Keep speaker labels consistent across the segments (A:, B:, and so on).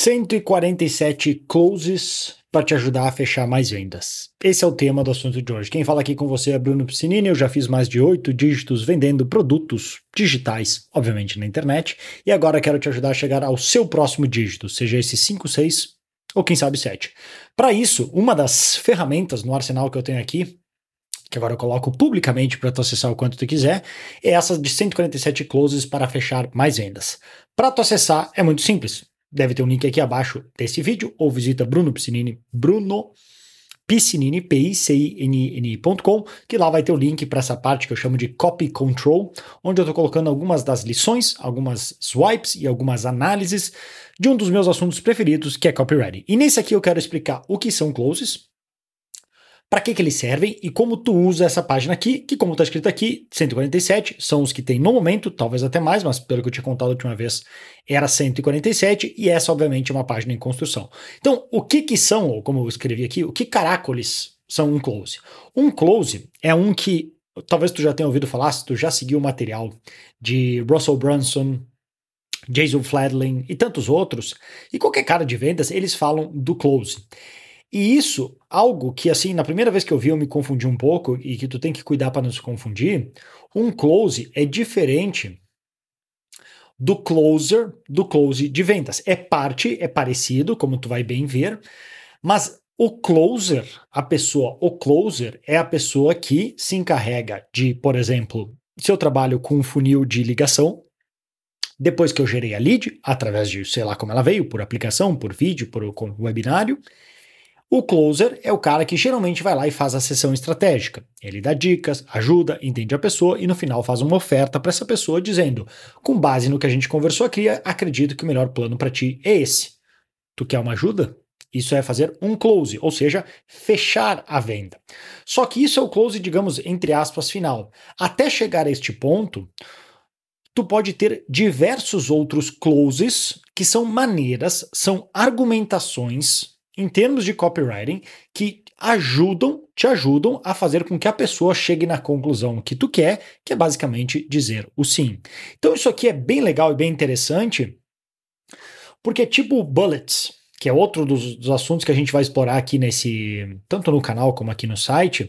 A: 147 closes para te ajudar a fechar mais vendas. Esse é o tema do assunto de hoje. Quem fala aqui com você é Bruno Piscinini. Eu já fiz mais de 8 dígitos vendendo produtos digitais, obviamente na internet, e agora quero te ajudar a chegar ao seu próximo dígito, seja esse 5, 6 ou quem sabe 7. Para isso, uma das ferramentas no arsenal que eu tenho aqui, que agora eu coloco publicamente para tu acessar o quanto tu quiser, é essa de 147 closes para fechar mais vendas. Para tu acessar é muito simples. Deve ter um link aqui abaixo desse vídeo, ou visita brunopiscinini.com, que lá vai ter o link para essa parte que eu chamo de Copy Control, onde eu estou colocando algumas das lições, algumas swipes e algumas análises de um dos meus assuntos preferidos, que é copywriting. E nesse aqui eu quero explicar o que são closes, para que eles servem e como tu usa essa página aqui, que como está escrito aqui, 147 são os que tem no momento, talvez até mais, mas pelo que eu tinha contado a última vez, era 147 e essa obviamente é uma página em construção. Então, o que são, ou como eu escrevi aqui, o que caracoles são um close? Um close é um que, talvez tu já tenha ouvido falar, se tu já seguiu o material de Russell Brunson, Jason Fladley e tantos outros, e qualquer cara de vendas, eles falam do close. E isso, algo que assim, na primeira vez que eu vi eu me confundi um pouco e que tu tem que cuidar para não se confundir, um close é diferente do close de vendas. É parecido, como tu vai bem ver, mas o closer é a pessoa que se encarrega de, por exemplo, se eu trabalho com um funil de ligação, depois que eu gerei a lead, através de, sei lá como ela veio, por aplicação, por vídeo, por webinário, o closer é o cara que geralmente vai lá e faz a sessão estratégica. Ele dá dicas, ajuda, entende a pessoa e no final faz uma oferta para essa pessoa dizendo, com base no que a gente conversou aqui, acredito que o melhor plano para ti é esse. Tu quer uma ajuda? Isso é fazer um close, ou seja, fechar a venda. Só que isso é o close, digamos, entre aspas, final. Até chegar a este ponto, tu pode ter diversos outros closes que são maneiras, são argumentações em termos de copywriting, que te ajudam a fazer com que a pessoa chegue na conclusão que tu quer, que é basicamente dizer o sim. Então isso aqui é bem legal e bem interessante, porque tipo bullets, que é outro dos assuntos que a gente vai explorar aqui tanto no canal como aqui no site,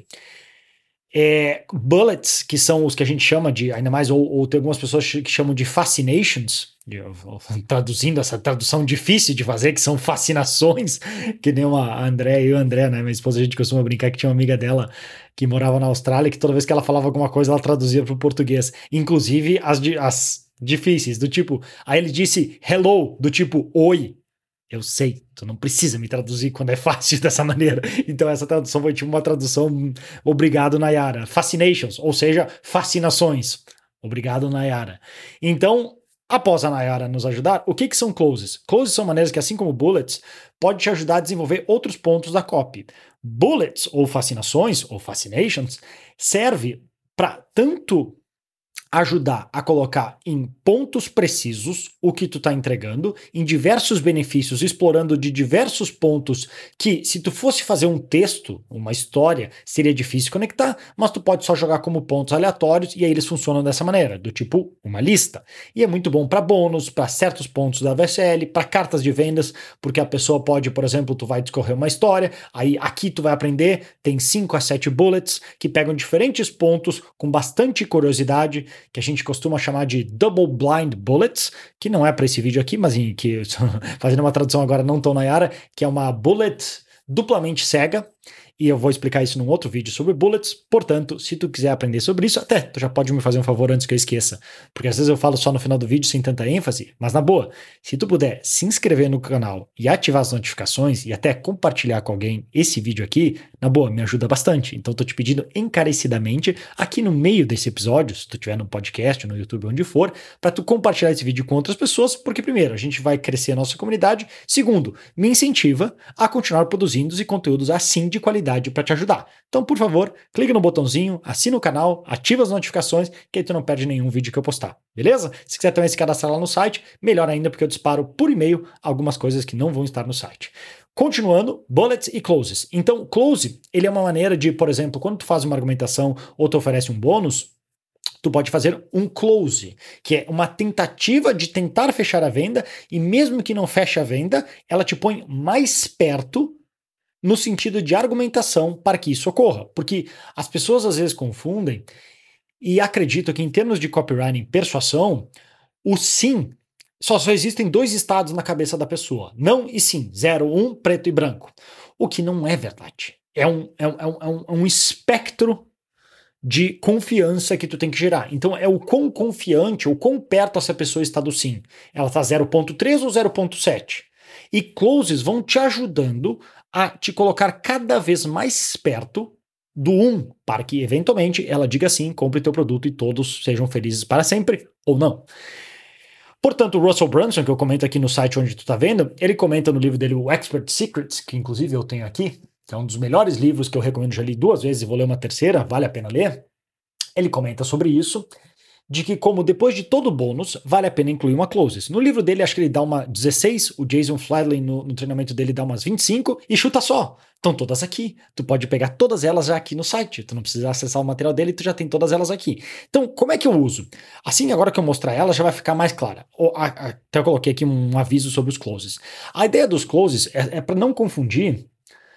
A: bullets, que são os que a gente chama de, ainda mais, ou tem algumas pessoas que chamam de fascinations, traduzindo essa tradução difícil de fazer, que são fascinações, que nem a André e o André, né, minha esposa, a gente costuma brincar que tinha uma amiga dela que morava na Austrália, que toda vez que ela falava alguma coisa, ela traduzia para o português, inclusive as difíceis, do tipo, aí ele disse hello, do tipo oi. Eu sei, tu não precisa me traduzir quando é fácil dessa maneira. Então essa tradução foi tipo uma tradução obrigado, Nayara. Fascinations, ou seja, fascinações. Obrigado, Nayara. Então, após a Nayara nos ajudar, o que são closes? Closes são maneiras que, assim como bullets, pode te ajudar a desenvolver outros pontos da copy. Bullets, ou fascinações, ou fascinations, serve para tanto ajudar a colocar em pontos precisos o que tu tá entregando, em diversos benefícios, explorando de diversos pontos que, se tu fosse fazer um texto, uma história, seria difícil conectar, mas tu pode só jogar como pontos aleatórios e aí eles funcionam dessa maneira, do tipo uma lista. E é muito bom para bônus, para certos pontos da VSL, para cartas de vendas, porque a pessoa pode, por exemplo, tu vai discorrer uma história, aí aqui tu vai aprender, tem 5 a 7 bullets que pegam diferentes pontos com bastante curiosidade, que a gente costuma chamar de double blind bullets, que não é para esse vídeo aqui, mas que fazendo uma tradução agora não tão Nayara, que é uma bullet duplamente cega, e eu vou explicar isso num outro vídeo sobre bullets. Portanto, se tu quiser aprender sobre isso, até tu já pode me fazer um favor antes que eu esqueça, porque às vezes eu falo só no final do vídeo sem tanta ênfase, mas na boa, se tu puder se inscrever no canal e ativar as notificações e até compartilhar com alguém esse vídeo aqui, na boa, me ajuda bastante. Então tô te pedindo encarecidamente aqui no meio desse episódio, se tu tiver no podcast, no YouTube, onde for, para tu compartilhar esse vídeo com outras pessoas, porque primeiro, a gente vai crescer a nossa comunidade, segundo, me incentiva a continuar produzindo e conteúdos assim de qualidade para te ajudar. Então, por favor, clica no botãozinho, assina o canal, ativa as notificações, que aí tu não perde nenhum vídeo que eu postar, beleza? Se quiser também se cadastrar lá no site, melhor ainda, porque eu disparo por e-mail algumas coisas que não vão estar no site. Continuando, bullets e closes. Então, close, ele é uma maneira de, por exemplo, quando tu faz uma argumentação ou tu oferece um bônus, tu pode fazer um close, que é uma tentativa de tentar fechar a venda, e mesmo que não feche a venda, ela te põe mais perto no sentido de argumentação para que isso ocorra. Porque as pessoas às vezes confundem e acreditam que em termos de copywriting persuasão, o sim, só existem dois estados na cabeça da pessoa, não e sim, 0, 1, preto e branco. O que não é verdade. É um espectro de confiança que tu tem que gerar. Então é o quão confiante ou quão perto essa pessoa está do sim. Ela está 0.3 ou 0.7. E closes vão te ajudando a te colocar cada vez mais perto do 1, para que eventualmente ela diga sim, compre teu produto e todos sejam felizes para sempre, ou não. Portanto, o Russell Brunson, que eu comento aqui no site onde tu está vendo, ele comenta no livro dele o Expert Secrets, que inclusive eu tenho aqui, que é um dos melhores livros que eu recomendo, já li 2 vezes e vou ler uma terceira, vale a pena ler. Ele comenta sobre isso, de que como depois de todo o bônus, vale a pena incluir uma closes. No livro dele, acho que ele dá uma 16, o Jason Fladley no treinamento dele dá umas 25 e chuta só. Estão todas aqui. Tu pode pegar todas elas já aqui no site. Tu não precisa acessar o material dele, tu já tem todas elas aqui. Então, como é que eu uso? Assim, agora que eu mostrar ela, já vai ficar mais clara. Até eu coloquei aqui um aviso sobre os closes. A ideia dos closes é para não confundir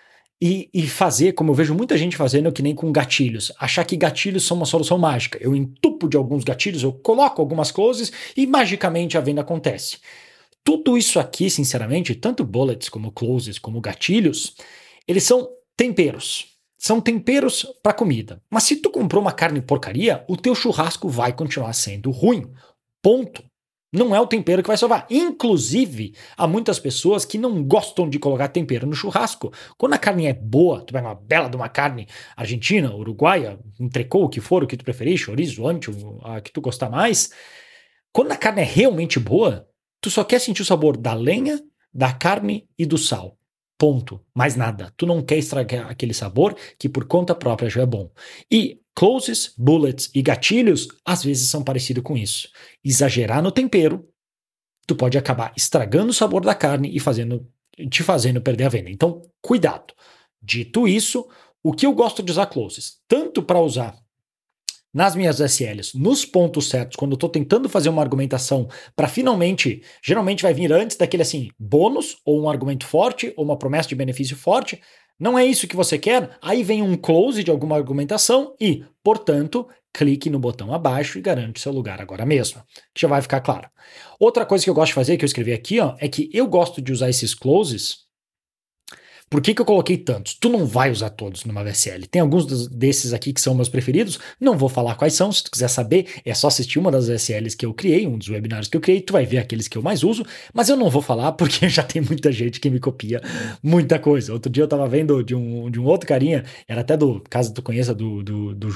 A: e fazer, como eu vejo muita gente fazendo, que nem com gatilhos. Achar que gatilhos são uma solução mágica. Eu entupo de alguns gatilhos, eu coloco algumas closes e magicamente a venda acontece. Tudo isso aqui, sinceramente, tanto bullets como closes como gatilhos, eles são temperos. São temperos para comida. Mas se tu comprou uma carne porcaria, o teu churrasco vai continuar sendo ruim. Ponto. Não é o tempero que vai salvar. Inclusive, há muitas pessoas que não gostam de colocar tempero no churrasco. Quando a carne é boa, tu pega uma bela de uma carne argentina, uruguaia, entrecô, o que for, o que tu preferir, chorizo, ancho, a que tu gostar mais. Quando a carne é realmente boa, tu só quer sentir o sabor da lenha, da carne e do sal. Ponto. Mais nada. Tu não quer estragar aquele sabor que por conta própria já é bom. E closes, bullets e gatilhos às vezes são parecidos com isso. Exagerar no tempero, tu pode acabar estragando o sabor da carne e te fazendo perder a venda. Então, cuidado. Dito isso, o que eu gosto de usar closes? Tanto para usar nas minhas SLs, nos pontos certos, quando eu estou tentando fazer uma argumentação para finalmente, geralmente vai vir antes daquele assim, bônus, ou um argumento forte, ou uma promessa de benefício forte, não é isso que você quer, aí vem um close de alguma argumentação e, portanto, clique no botão abaixo e garante seu lugar agora mesmo, que já vai ficar claro. Outra coisa que eu gosto de fazer, que eu escrevi aqui, ó, é que eu gosto de usar esses closes. Por que eu coloquei tantos? Tu não vai usar todos numa VSL. Tem alguns desses aqui que são meus preferidos, não vou falar quais são, se tu quiser saber, é só assistir uma das VSLs que eu criei, um dos webinários que eu criei, tu vai ver aqueles que eu mais uso, mas eu não vou falar porque já tem muita gente que me copia muita coisa. Outro dia eu tava vendo de um outro carinha, era até do, caso tu conheça, do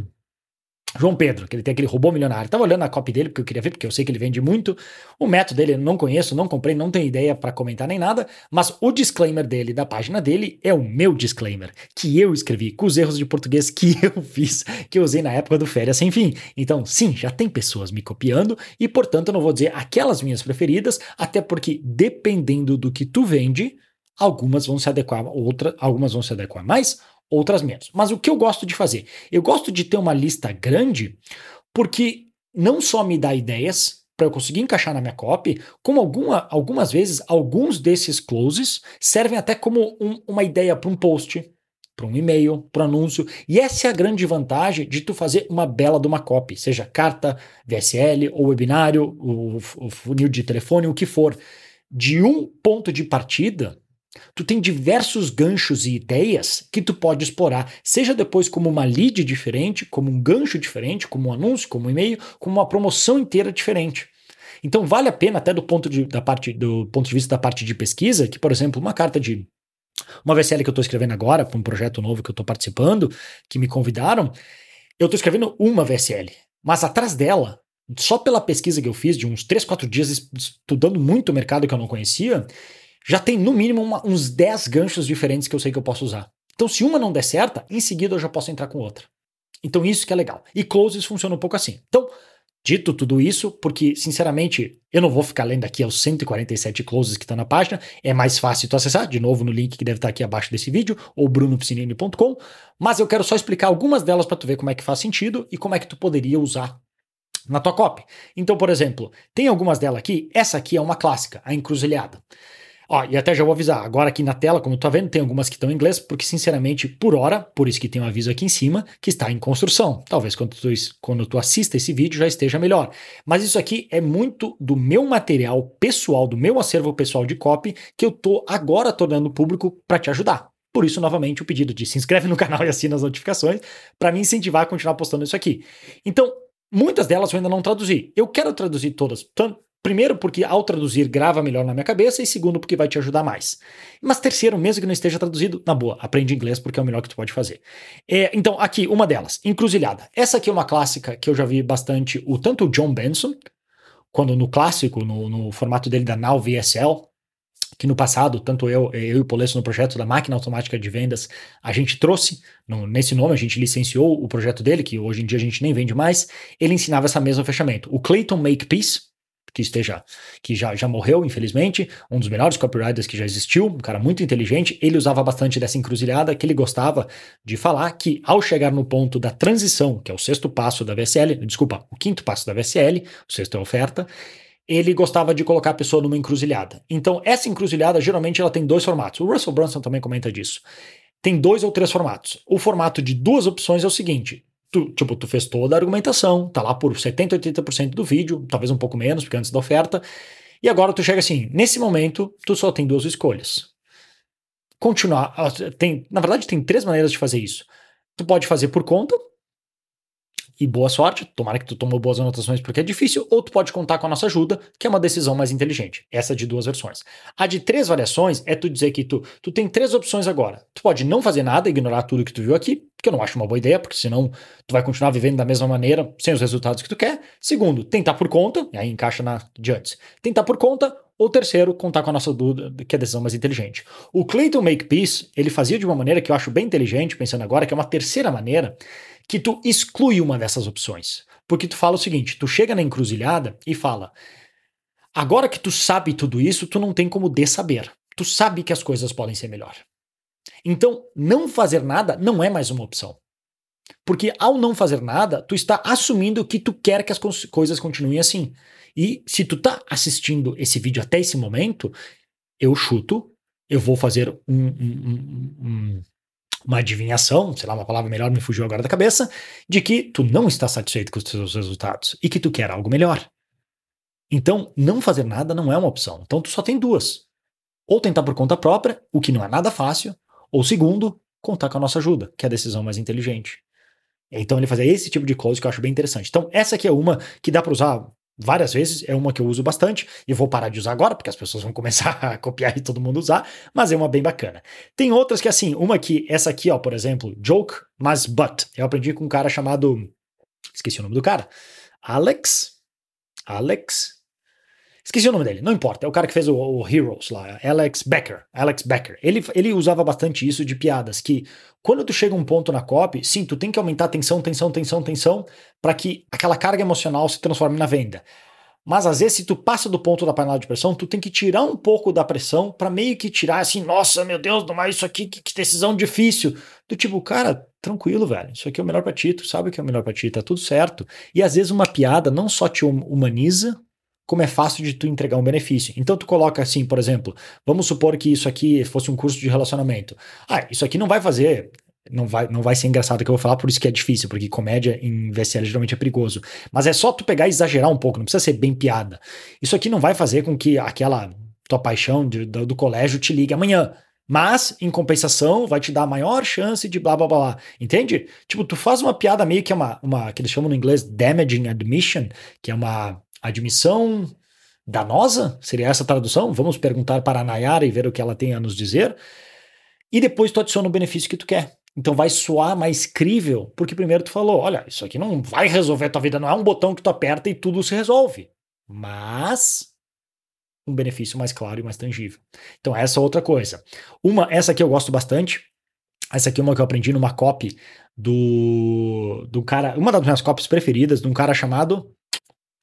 A: João Pedro, que ele tem aquele robô milionário. Tava olhando a copy dele porque eu queria ver, porque eu sei que ele vende muito. O método dele eu não conheço, não comprei, não tenho ideia para comentar nem nada, mas o disclaimer dele, da página dele, é o meu disclaimer, que eu escrevi, com os erros de português que eu fiz, que eu usei na época do Férias Sem Fim. Então, sim, já tem pessoas me copiando e, portanto, eu não vou dizer aquelas minhas preferidas, até porque, dependendo do que tu vende, algumas vão se adequar, algumas vão se adequar mais, outras menos. Mas o que eu gosto de fazer? Eu gosto de ter uma lista grande porque não só me dá ideias para eu conseguir encaixar na minha copy, como algumas vezes, alguns desses closes servem até como uma ideia para um post, para um e-mail, para um anúncio. E essa é a grande vantagem de tu fazer uma bela de uma copy, seja carta, VSL, ou webinário, o funil de telefone, o que for. De um ponto de partida, tu tem diversos ganchos e ideias que tu pode explorar, seja depois como uma lead diferente, como um gancho diferente, como um anúncio, como um e-mail, como uma promoção inteira diferente. Então vale a pena até do ponto de vista da parte de pesquisa, que por exemplo uma VSL que eu estou escrevendo agora para um projeto novo que eu estou participando, que me convidaram, eu estou escrevendo uma VSL, mas atrás dela, só pela pesquisa que eu fiz de uns 3, 4 dias estudando muito o mercado que eu não conhecia, já tem no mínimo uns 10 ganchos diferentes que eu sei que eu posso usar. Então se uma não der certa, em seguida eu já posso entrar com outra. Então isso que é legal. E closes funciona um pouco assim. Então Dito tudo isso, porque, sinceramente, eu não vou ficar lendo aqui os 147 closes que estão na página, é mais fácil tu acessar, de novo no link que deve estar aqui abaixo desse vídeo, ou brunopiscinini.com, mas eu quero só explicar algumas delas para tu ver como é que faz sentido e como é que tu poderia usar na tua copy. Então, por exemplo, tem algumas delas aqui, essa aqui é uma clássica, a encruzilhada. Ó, e até já vou avisar, agora aqui na tela, como tu tá vendo, tem algumas que estão em inglês, porque sinceramente, por hora, por isso que tem um aviso aqui em cima, que está em construção. Talvez quando tu assista esse vídeo já esteja melhor. Mas isso aqui é muito do meu material pessoal, do meu acervo pessoal de copy, que eu tô agora tornando público para te ajudar. Por isso, novamente, o pedido de se inscreve no canal e assina as notificações para me incentivar a continuar postando isso aqui. Então, muitas delas eu ainda não traduzi. Eu quero traduzir todas, primeiro, porque ao traduzir grava melhor na minha cabeça, e segundo, porque vai te ajudar mais. Mas terceiro, mesmo que não esteja traduzido, na boa, aprende inglês porque é o melhor que tu pode fazer. Então, aqui, uma delas, encruzilhada. Essa aqui é uma clássica que eu já vi bastante, tanto o John Benson, quando no clássico, no formato dele da Now VSL, que no passado, tanto eu e o Polesso no projeto da máquina automática de vendas, a gente trouxe, nesse nome, a gente licenciou o projeto dele, que hoje em dia a gente nem vende mais, ele ensinava essa mesma fechamento. O Clayton Makepeace, que já morreu, infelizmente, um dos melhores copywriters que já existiu, um cara muito inteligente, ele usava bastante dessa encruzilhada, que ele gostava de falar que ao chegar no ponto da transição, que é o sexto passo da VSL, desculpa, o quinto passo da VSL, o sexto é a oferta, ele gostava de colocar a pessoa numa encruzilhada. Então, essa encruzilhada, geralmente, ela tem dois formatos. O Russell Brunson também comenta disso. Tem 2 ou 3 formatos. O formato de 2 opções é o seguinte: tu fez toda a argumentação, tá lá por 70%, 80% do vídeo, talvez um pouco menos, porque antes da oferta, e agora tu chega assim, nesse momento, tu só tem 2 escolhas. Continuar, na verdade tem 3 maneiras de fazer isso. Tu pode fazer por conta, e boa sorte, tomara que tu tomou boas anotações porque é difícil, ou tu pode contar com a nossa ajuda, que é uma decisão mais inteligente. Essa de 2 versões. A de 3 variações é tu dizer que tu tem 3 opções agora. Tu pode não fazer nada, ignorar tudo que tu viu aqui, que eu não acho uma boa ideia, porque senão tu vai continuar vivendo da mesma maneira, sem os resultados que tu quer. Segundo, tentar por conta, e aí encaixa na de antes. Tentar por conta, ou terceiro, contar com a nossa dúvida, que é a decisão mais inteligente. O Clayton Makepeace, ele fazia de uma maneira que eu acho bem inteligente, pensando agora, que é uma terceira maneira, que tu exclui uma dessas opções. Porque tu fala o seguinte, tu chega na encruzilhada e fala, agora que tu sabe tudo isso, tu não tem como dessaber. Tu sabe que as coisas podem ser melhor. Então, não fazer nada não é mais uma opção. Porque ao não fazer nada, tu está assumindo que tu quer que as coisas continuem assim. E se tu tá assistindo esse vídeo até esse momento, eu chuto, eu vou fazer uma adivinhação, sei lá, uma palavra melhor me fugiu agora da cabeça, de que tu não está satisfeito com os teus resultados e que tu quer algo melhor. Então, não fazer nada não é uma opção. Então, tu só tem 2. Ou tentar por conta própria, o que não é nada fácil, ou segundo, contar com a nossa ajuda, que é a decisão mais inteligente. Então, ele fazia esse tipo de close que eu acho bem interessante. Então, essa aqui é uma que dá para usar várias vezes, é uma que eu uso bastante, e vou parar de usar agora, porque as pessoas vão começar a copiar e todo mundo usar, mas é uma bem bacana. Tem outras que assim, uma que, essa aqui, ó, por exemplo, joke, mas but. Eu aprendi com um cara chamado, esqueci o nome do cara, Alex, esqueci o nome dele, não importa, é o cara que fez o Heroes lá, Alex Becker. Ele usava bastante isso de piadas, que quando tu chega a um ponto na copy, sim, tu tem que aumentar a tensão, para que aquela carga emocional se transforme na venda. Mas às vezes, se tu passa do ponto da panela de pressão, tu tem que tirar um pouco da pressão para meio que tirar assim, nossa, meu Deus, não é isso aqui, que decisão difícil. Do tipo, cara, tranquilo, velho, isso aqui é o melhor pra ti, tu sabe o que é o melhor pra ti, tá tudo certo. E às vezes uma piada não só te humaniza, como é fácil de tu entregar um benefício. Então tu coloca assim, por exemplo, vamos supor que isso aqui fosse um curso de relacionamento. Isso aqui não vai fazer, não vai ser engraçado o que eu vou falar, por isso que é difícil, porque comédia em VSL geralmente é perigoso. Mas é só tu pegar e exagerar um pouco, não precisa ser bem piada. Isso aqui não vai fazer com que aquela tua paixão do colégio te ligue amanhã. Mas, em compensação, vai te dar a maior chance de blá blá blá blá. Entende? Tipo, tu faz uma piada meio que que eles chamam no inglês damaging admission, que é uma admissão danosa? Seria essa a tradução? Vamos perguntar para a Nayara e ver o que ela tem a nos dizer. E depois tu adiciona o benefício que tu quer. Então vai soar mais crível, porque primeiro tu falou, olha, isso aqui não vai resolver a tua vida, não é um botão que tu aperta e tudo se resolve. Mas um benefício mais claro e mais tangível. Então essa é outra coisa. Essa aqui eu gosto bastante. Essa aqui é uma que eu aprendi numa copy do cara, uma das minhas copies preferidas, de um cara chamado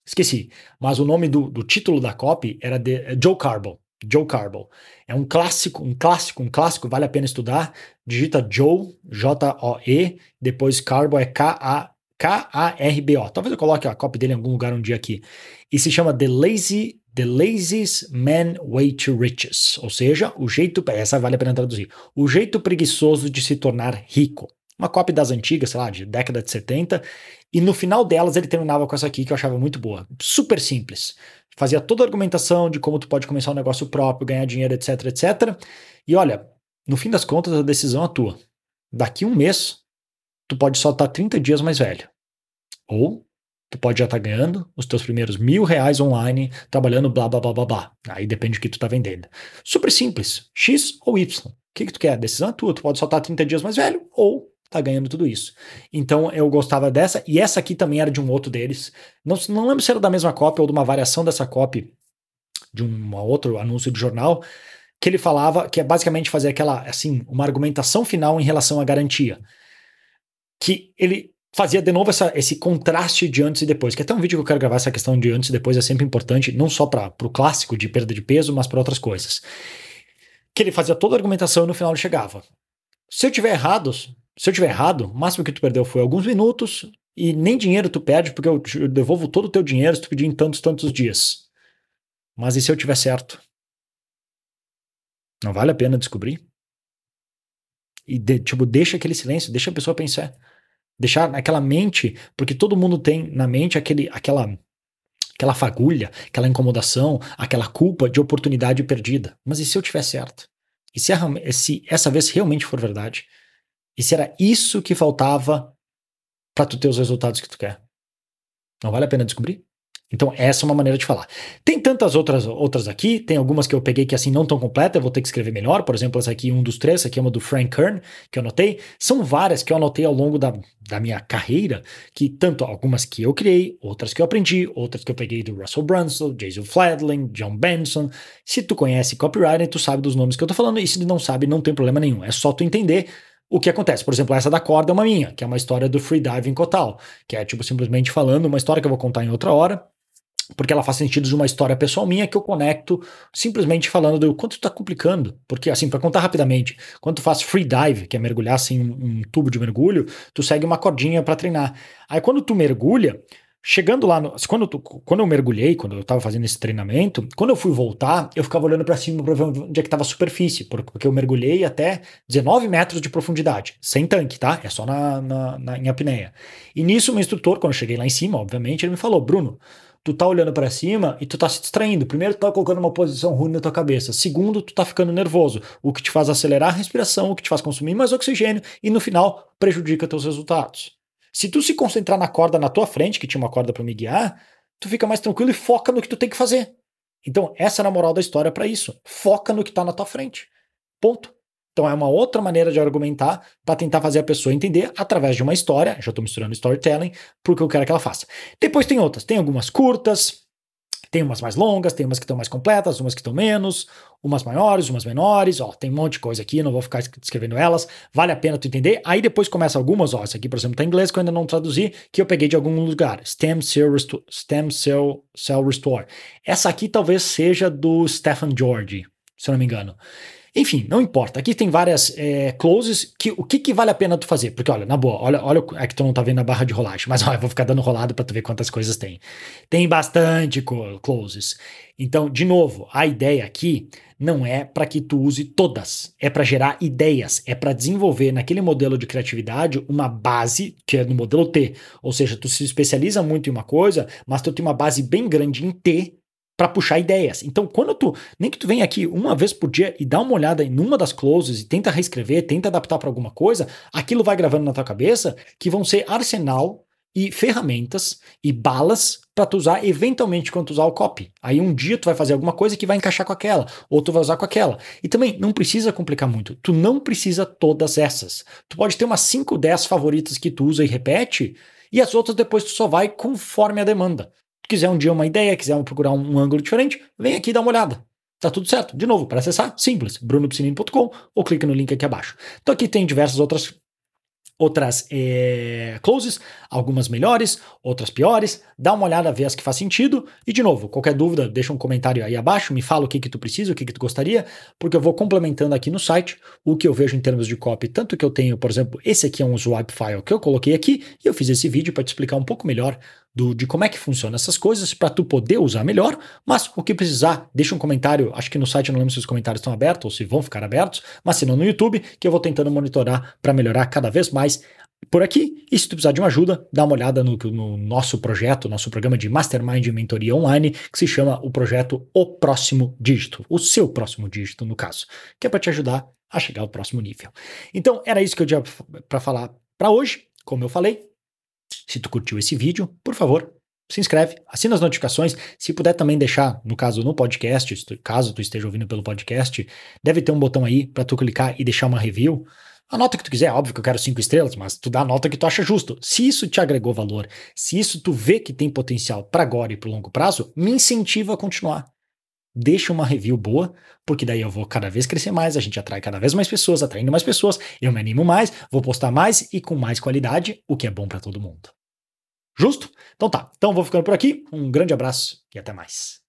A: Esqueci. Mas o nome do título da copy era Joe Carbo. Joe Carbo. É um clássico, vale a pena estudar. Digita Joe, J-O-E, depois Carbo é K-A-R-B-O. Talvez eu coloque a copy dele em algum lugar um dia aqui. E se chama The Laziest Man Way to Riches. Ou seja, essa vale a pena traduzir. O jeito preguiçoso de se tornar rico. Uma cópia das antigas, sei lá, de década de 70, e no final delas ele terminava com essa aqui que eu achava muito boa. Super simples. Fazia toda a argumentação de como tu pode começar um negócio próprio, ganhar dinheiro, etc, etc. E olha, no fim das contas a decisão é tua. Daqui um mês, tu pode só estar 30 dias mais velho. Ou tu pode já estar ganhando os teus primeiros R$1.000 online, trabalhando blá, blá, blá, blá, blá. Aí depende do que tu tá vendendo. Super simples. X ou Y. O que tu quer? A decisão é tua. Tu pode só estar 30 dias mais velho ou tá ganhando tudo isso. Então eu gostava dessa, e essa aqui também era de um outro deles. Não lembro se era da mesma cópia ou de uma variação dessa cópia de um outro anúncio de jornal, que ele falava que é basicamente fazer aquela, assim, uma argumentação final em relação à garantia. Que ele fazia de novo esse contraste de antes e depois, que até um vídeo que eu quero gravar, essa questão de antes e depois é sempre importante, não só para o clássico de perda de peso, mas para outras coisas. Que ele fazia toda a argumentação e no final ele chegava. Se eu tiver errado, o máximo que tu perdeu foi alguns minutos e nem dinheiro tu perde, porque eu devolvo todo o teu dinheiro se tu pedir em tantos dias. Mas e se eu tiver certo? Não vale a pena descobrir? E deixa aquele silêncio, deixa a pessoa pensar. Deixar naquela mente, porque todo mundo tem na mente aquela fagulha, aquela incomodação, aquela culpa de oportunidade perdida. Mas e se eu tiver certo? E se essa vez realmente for verdade? E se era isso que faltava para tu ter os resultados que tu quer? Não vale a pena descobrir? Então essa é uma maneira de falar. Tem tantas outras aqui, tem algumas que eu peguei que assim não estão completas, eu vou ter que escrever melhor, por exemplo, essa aqui, um dos três, essa aqui é uma do Frank Kern, que eu anotei. São várias que eu anotei ao longo da minha carreira, que tanto algumas que eu criei, outras que eu aprendi, outras que eu peguei do Russell Brunson, Jason Fladling, John Benson. Se tu conhece copywriting, tu sabe dos nomes que eu tô falando, e se tu não sabe, não tem problema nenhum, é só tu entender o que acontece. Por exemplo, essa da corda é uma minha, que é uma história do freediving Cotal, que é tipo simplesmente falando uma história que eu vou contar em outra hora, porque ela faz sentido de uma história pessoal minha que eu conecto simplesmente falando do quanto tu tá complicando. Porque, assim, para contar rapidamente, quando tu faz free dive, que é mergulhar assim um tubo de mergulho, tu segue uma cordinha para treinar. Aí quando tu mergulha, chegando lá, quando eu mergulhei, quando eu tava fazendo esse treinamento, quando eu fui voltar, eu ficava olhando para cima para ver onde é que tava a superfície, porque eu mergulhei até 19 metros de profundidade, sem tanque, tá? É só em apneia. E nisso, meu instrutor, quando eu cheguei lá em cima, obviamente, ele me falou: Bruno, tu tá olhando para cima e tu tá se distraindo. Primeiro, tu tá colocando uma posição ruim na tua cabeça. Segundo, tu tá ficando nervoso, o que te faz acelerar a respiração, o que te faz consumir mais oxigênio e, no final, prejudica teus resultados. Se tu se concentrar na corda na tua frente, que tinha uma corda para me guiar, tu fica mais tranquilo e foca no que tu tem que fazer. Então, essa era a moral da história para isso. Foca no que tá na tua frente. Ponto. Então é uma outra maneira de argumentar para tentar fazer a pessoa entender através de uma história. Já estou misturando storytelling porque eu quero que ela faça. Depois tem outras, tem algumas curtas, tem umas mais longas, tem umas que estão mais completas, umas que estão menos, umas maiores, umas menores, ó, tem um monte de coisa aqui, não vou ficar escrevendo elas, vale a pena tu entender. Aí depois começa algumas, ó, essa aqui, por exemplo, tá em inglês que eu ainda não traduzi, que eu peguei de algum lugar, Stem Cell Restore. Essa aqui talvez seja do Stephen George, se eu não me engano. Enfim, não importa. Aqui tem várias closes. O que vale a pena tu fazer? Porque, olha, na boa, olha, é que tu não tá vendo a barra de rolagem, mas olha, eu vou ficar dando rolado pra tu ver quantas coisas tem. Tem bastante closes. Então, de novo, a ideia aqui não é para que tu use todas, é para gerar ideias, é para desenvolver naquele modelo de criatividade uma base, que é no modelo T. Ou seja, tu se especializa muito em uma coisa, mas tu tem uma base bem grande em T, para puxar ideias. Então, nem que tu venha aqui uma vez por dia e dá uma olhada em uma das closes e tenta reescrever, tenta adaptar para alguma coisa, aquilo vai gravando na tua cabeça que vão ser arsenal e ferramentas e balas para tu usar eventualmente quando tu usar o copy. Aí um dia tu vai fazer alguma coisa que vai encaixar com aquela, ou tu vai usar com aquela. E também não precisa complicar muito. Tu não precisa todas essas. Tu pode ter umas 5, 10 favoritas que tu usa e repete, e as outras depois tu só vai conforme a demanda. Quiser um dia uma ideia, quiser procurar um ângulo diferente, vem aqui e dá uma olhada. Tá tudo certo. De novo, para acessar, simples, brunopsinino.com ou clique no link aqui abaixo. Então aqui tem diversas outras outras closes, algumas melhores, outras piores, dá uma olhada, vê as que faz sentido, e de novo, qualquer dúvida, deixa um comentário aí abaixo, me fala o que tu precisa, o que tu gostaria, porque eu vou complementando aqui no site o que eu vejo em termos de copy, tanto que eu tenho, por exemplo, esse aqui é um swipe file que eu coloquei aqui, e eu fiz esse vídeo para te explicar um pouco melhor de como é que funciona essas coisas, para tu poder usar melhor, mas o que precisar, deixa um comentário, acho que no site eu não lembro se os comentários estão abertos, ou se vão ficar abertos, mas se não no YouTube, que eu vou tentando monitorar para melhorar cada vez mais por aqui. E se tu precisar de uma ajuda, dá uma olhada no nosso projeto, nosso programa de Mastermind e Mentoria Online, que se chama o projeto O Próximo Dígito, o seu próximo dígito, no caso, que é para te ajudar a chegar ao próximo nível. Então, era isso que eu tinha para falar para hoje. Como eu falei, se tu curtiu esse vídeo, por favor, se inscreve, assina as notificações, se puder também deixar, no caso no podcast, caso tu esteja ouvindo pelo podcast, deve ter um botão aí para tu clicar e deixar uma review. A nota que tu quiser, óbvio que eu quero 5 estrelas, mas tu dá a nota que tu acha justo. Se isso te agregou valor, se isso tu vê que tem potencial para agora e para longo prazo, me incentiva a continuar. Deixa uma review boa, porque daí eu vou cada vez crescer mais, a gente atrai cada vez mais pessoas, atraindo mais pessoas, eu me animo mais, vou postar mais e com mais qualidade, o que é bom para todo mundo. Justo? Então tá. Então vou ficando por aqui. Um grande abraço e até mais.